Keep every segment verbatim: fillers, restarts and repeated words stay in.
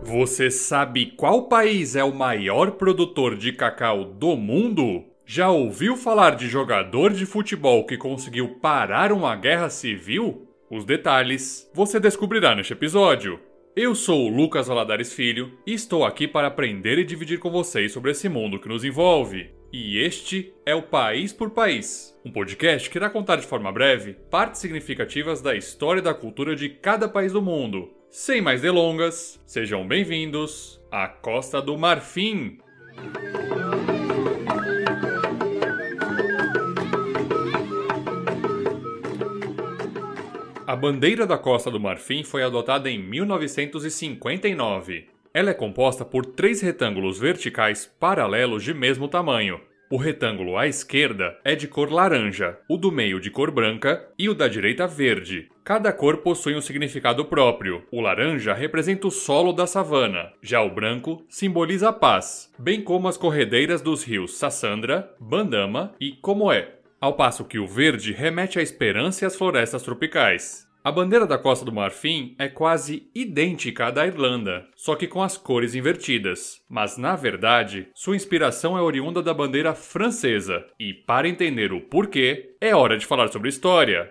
Você sabe qual país é o maior produtor de cacau do mundo? Já ouviu falar de jogador de futebol que conseguiu parar uma guerra civil? Os detalhes você descobrirá neste episódio. Eu sou o Lucas Valadares Filho e estou aqui para aprender e dividir com vocês sobre esse mundo que nos envolve. E este é o País por País, um podcast que irá contar de forma breve partes significativas da história e da cultura de cada país do mundo. Sem mais delongas, sejam bem-vindos à Costa do Marfim! A bandeira da Costa do Marfim foi adotada em mil novecentos e cinquenta e nove. Ela é composta por três retângulos verticais paralelos de mesmo tamanho. O retângulo à esquerda é de cor laranja, o do meio de cor branca e o da direita verde. Cada cor possui um significado próprio. O laranja representa o solo da savana, já o branco simboliza a paz, bem como as corredeiras dos rios Sassandra, Bandama e Comoé, ao passo que o verde remete à esperança e às florestas tropicais. A bandeira da Costa do Marfim é quase idêntica à da Irlanda, só que com as cores invertidas. Mas, na verdade, sua inspiração é oriunda da bandeira francesa. E, para entender o porquê, é hora de falar sobre história.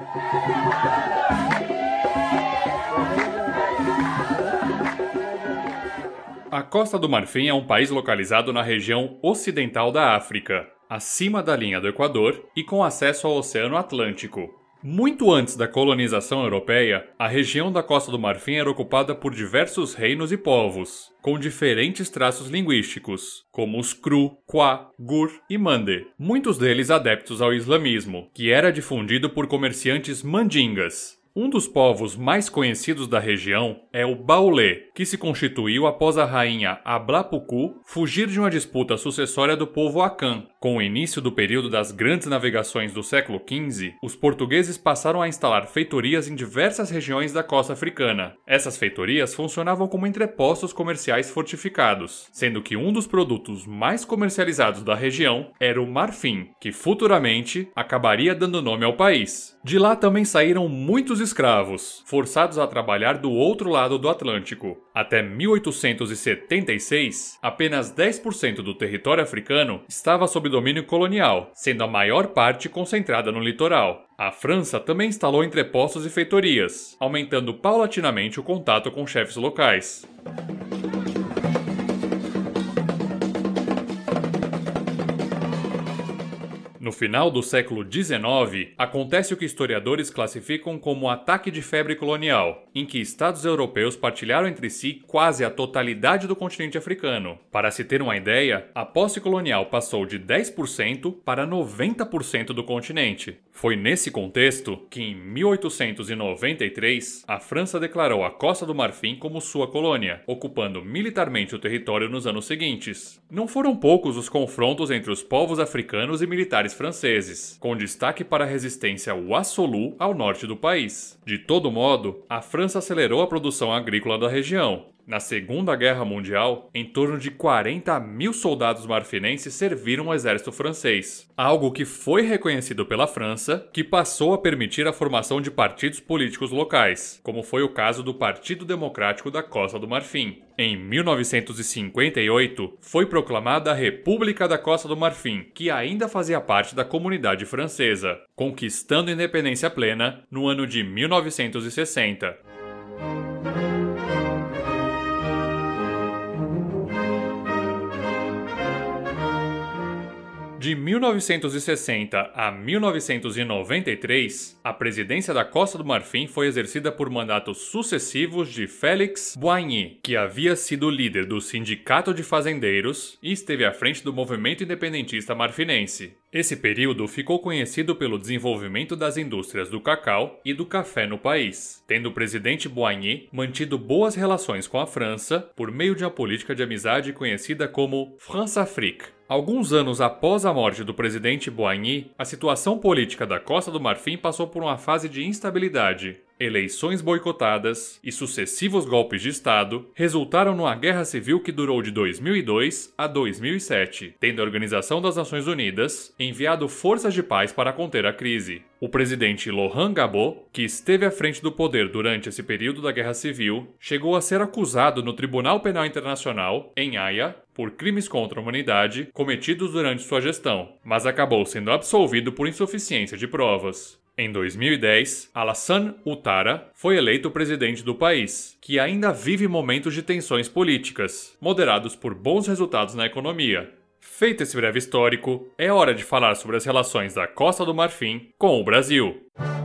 A Costa do Marfim é um país localizado na região ocidental da África, acima da linha do Equador e com acesso ao Oceano Atlântico. Muito antes da colonização europeia, a região da Costa do Marfim era ocupada por diversos reinos e povos, com diferentes traços linguísticos, como os Kru, Kwa, Gur e Mande, muitos deles adeptos ao islamismo, que era difundido por comerciantes mandingas. Um dos povos mais conhecidos da região é o Baolé, que se constituiu após a rainha Ablapuku fugir de uma disputa sucessória do povo Akan. Com o início do período das grandes navegações do século quinze, os portugueses passaram a instalar feitorias em diversas regiões da costa africana. Essas feitorias funcionavam como entrepostos comerciais fortificados, sendo que um dos produtos mais comercializados da região era o marfim, que futuramente acabaria dando nome ao país. De lá também saíram muitos escravos, forçados a trabalhar do outro lado do Atlântico. Até mil oitocentos e setenta e seis, apenas dez por cento do território africano estava sob domínio colonial, sendo a maior parte concentrada no litoral. A França também instalou entrepostos e feitorias, aumentando paulatinamente o contato com chefes locais. No final do século dezenove, acontece o que historiadores classificam como o ataque de febre colonial, em que estados europeus partilharam entre si quase a totalidade do continente africano. Para se ter uma ideia, a posse colonial passou de dez por cento para noventa por cento do continente. Foi nesse contexto que, em mil oitocentos e noventa e três, a França declarou a Costa do Marfim como sua colônia, ocupando militarmente o território nos anos seguintes. Não foram poucos os confrontos entre os povos africanos e militares franceses, com destaque para a resistência Wassoulou ao norte do país. De todo modo, a França acelerou a produção agrícola da região. Na Segunda Guerra Mundial, em torno de quarenta mil soldados marfinenses serviram o exército francês, algo que foi reconhecido pela França, que passou a permitir a formação de partidos políticos locais, como foi o caso do Partido Democrático da Costa do Marfim. Em mil novecentos e cinquenta e oito, foi proclamada a República da Costa do Marfim, que ainda fazia parte da comunidade francesa, conquistando independência plena no ano de mil novecentos e sessenta. De mil novecentos e sessenta a mil novecentos e noventa e três, a presidência da Costa do Marfim foi exercida por mandatos sucessivos de Félix Boigny, que havia sido líder do Sindicato de Fazendeiros e esteve à frente do movimento independentista marfinense. Esse período ficou conhecido pelo desenvolvimento das indústrias do cacau e do café no país, tendo o presidente Boigny mantido boas relações com a França por meio de uma política de amizade conhecida como France-Afrique. Alguns anos após a morte do presidente Boigny, a situação política da Costa do Marfim passou por uma fase de instabilidade. Eleições boicotadas e sucessivos golpes de Estado resultaram numa guerra civil que durou de dois mil e dois a dois mil e sete, tendo a Organização das Nações Unidas enviado forças de paz para conter a crise. O presidente Laurent Gbagbo, que esteve à frente do poder durante esse período da guerra civil, chegou a ser acusado no Tribunal Penal Internacional, em Haia, por crimes contra a humanidade cometidos durante sua gestão, mas acabou sendo absolvido por insuficiência de provas. Em dois mil e dez, Alassane Ouattara foi eleito presidente do país, que ainda vive momentos de tensões políticas, moderados por bons resultados na economia. Feito esse breve histórico, é hora de falar sobre as relações da Costa do Marfim com o Brasil.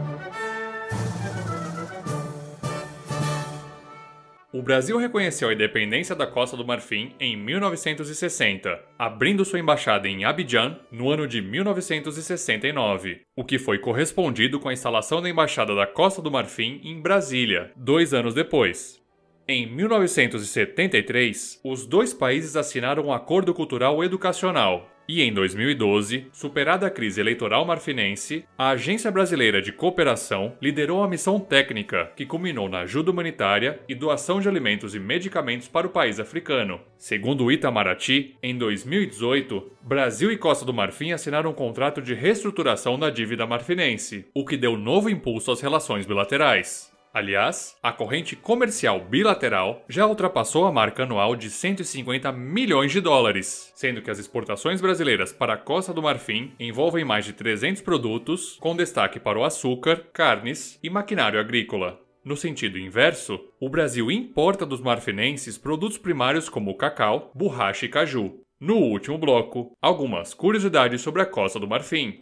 O Brasil reconheceu a independência da Costa do Marfim em mil novecentos e sessenta, abrindo sua embaixada em Abidjan no ano de mil novecentos e sessenta e nove, o que foi correspondido com a instalação da Embaixada da Costa do Marfim em Brasília, dois anos depois. Em mil novecentos e setenta e três, os dois países assinaram um acordo cultural educacional. E em dois mil e doze, superada a crise eleitoral marfinense, a Agência Brasileira de Cooperação liderou a missão técnica, que culminou na ajuda humanitária e doação de alimentos e medicamentos para o país africano. Segundo o Itamaraty, em dois mil e dezoito, Brasil e Costa do Marfim assinaram um contrato de reestruturação da dívida marfinense, o que deu novo impulso às relações bilaterais. Aliás, a corrente comercial bilateral já ultrapassou a marca anual de cento e cinquenta milhões de dólares, sendo que as exportações brasileiras para a Costa do Marfim envolvem mais de trezentos produtos, com destaque para o açúcar, carnes e maquinário agrícola. No sentido inverso, o Brasil importa dos marfinenses produtos primários como cacau, borracha e caju. No último bloco, algumas curiosidades sobre a Costa do Marfim.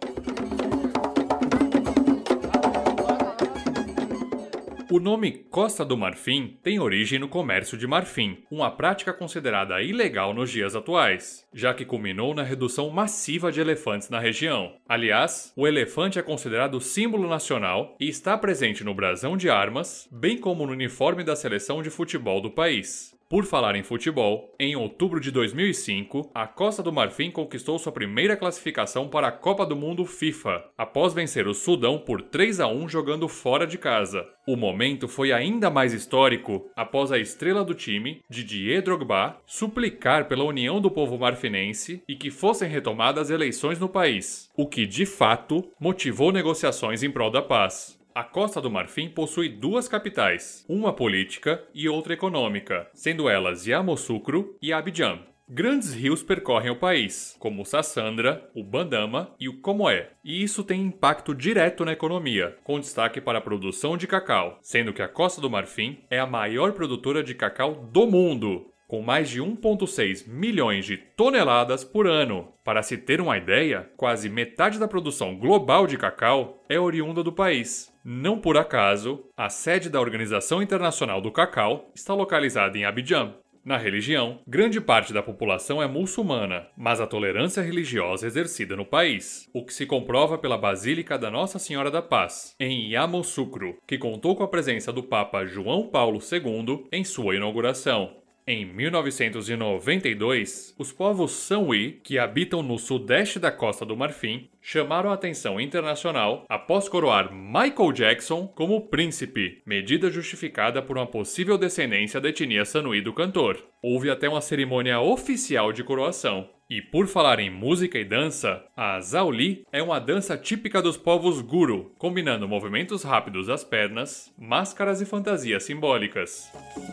O nome Costa do Marfim tem origem no comércio de marfim, uma prática considerada ilegal nos dias atuais, já que culminou na redução massiva de elefantes na região. Aliás, o elefante é considerado símbolo nacional e está presente no brasão de armas, bem como no uniforme da seleção de futebol do país. Por falar em futebol, em outubro de dois mil e cinco, a Costa do Marfim conquistou sua primeira classificação para a Copa do Mundo FIFA, após vencer o Sudão por três a um jogando fora de casa. O momento foi ainda mais histórico após a estrela do time, Didier Drogba, suplicar pela união do povo marfinense e que fossem retomadas eleições no país, o que, de fato, motivou negociações em prol da paz. A Costa do Marfim possui duas capitais, uma política e outra econômica, sendo elas Yamoussoukro e Abidjan. Grandes rios percorrem o país, como o Sassandra, o Bandama e o Comoé, e isso tem impacto direto na economia, com destaque para a produção de cacau, sendo que a Costa do Marfim é a maior produtora de cacau do mundo, com mais de um vírgula seis milhões de toneladas por ano. Para se ter uma ideia, quase metade da produção global de cacau é oriunda do país. Não por acaso, a sede da Organização Internacional do Cacau está localizada em Abidjan. Na religião, grande parte da população é muçulmana, mas a tolerância religiosa é exercida no país, o que se comprova pela Basílica da Nossa Senhora da Paz, em Yamoussoukro, que contou com a presença do Papa João Paulo segundo em sua inauguração. Em mil novecentos e noventa e dois, os povos Sanwi, que habitam no sudeste da Costa do Marfim, chamaram a atenção internacional após coroar Michael Jackson como príncipe, medida justificada por uma possível descendência da etnia Sanwi do cantor. Houve até uma cerimônia oficial de coroação. E por falar em música e dança, a Zauli é uma dança típica dos povos Guro, combinando movimentos rápidos das pernas, máscaras e fantasias simbólicas.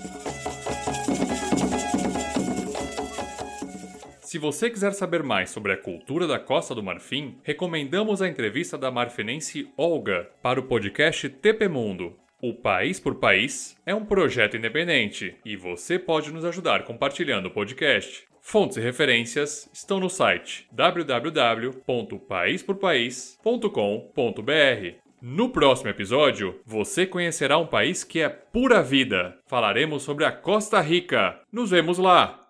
Se você quiser saber mais sobre a cultura da Costa do Marfim, recomendamos a entrevista da marfinense Olga para o podcast T P Mundo. O País por País é um projeto independente e você pode nos ajudar compartilhando o podcast. Fontes e referências estão no site w w w ponto país por país ponto com ponto b r. No próximo episódio, você conhecerá um país que é pura vida. Falaremos sobre a Costa Rica. Nos vemos lá!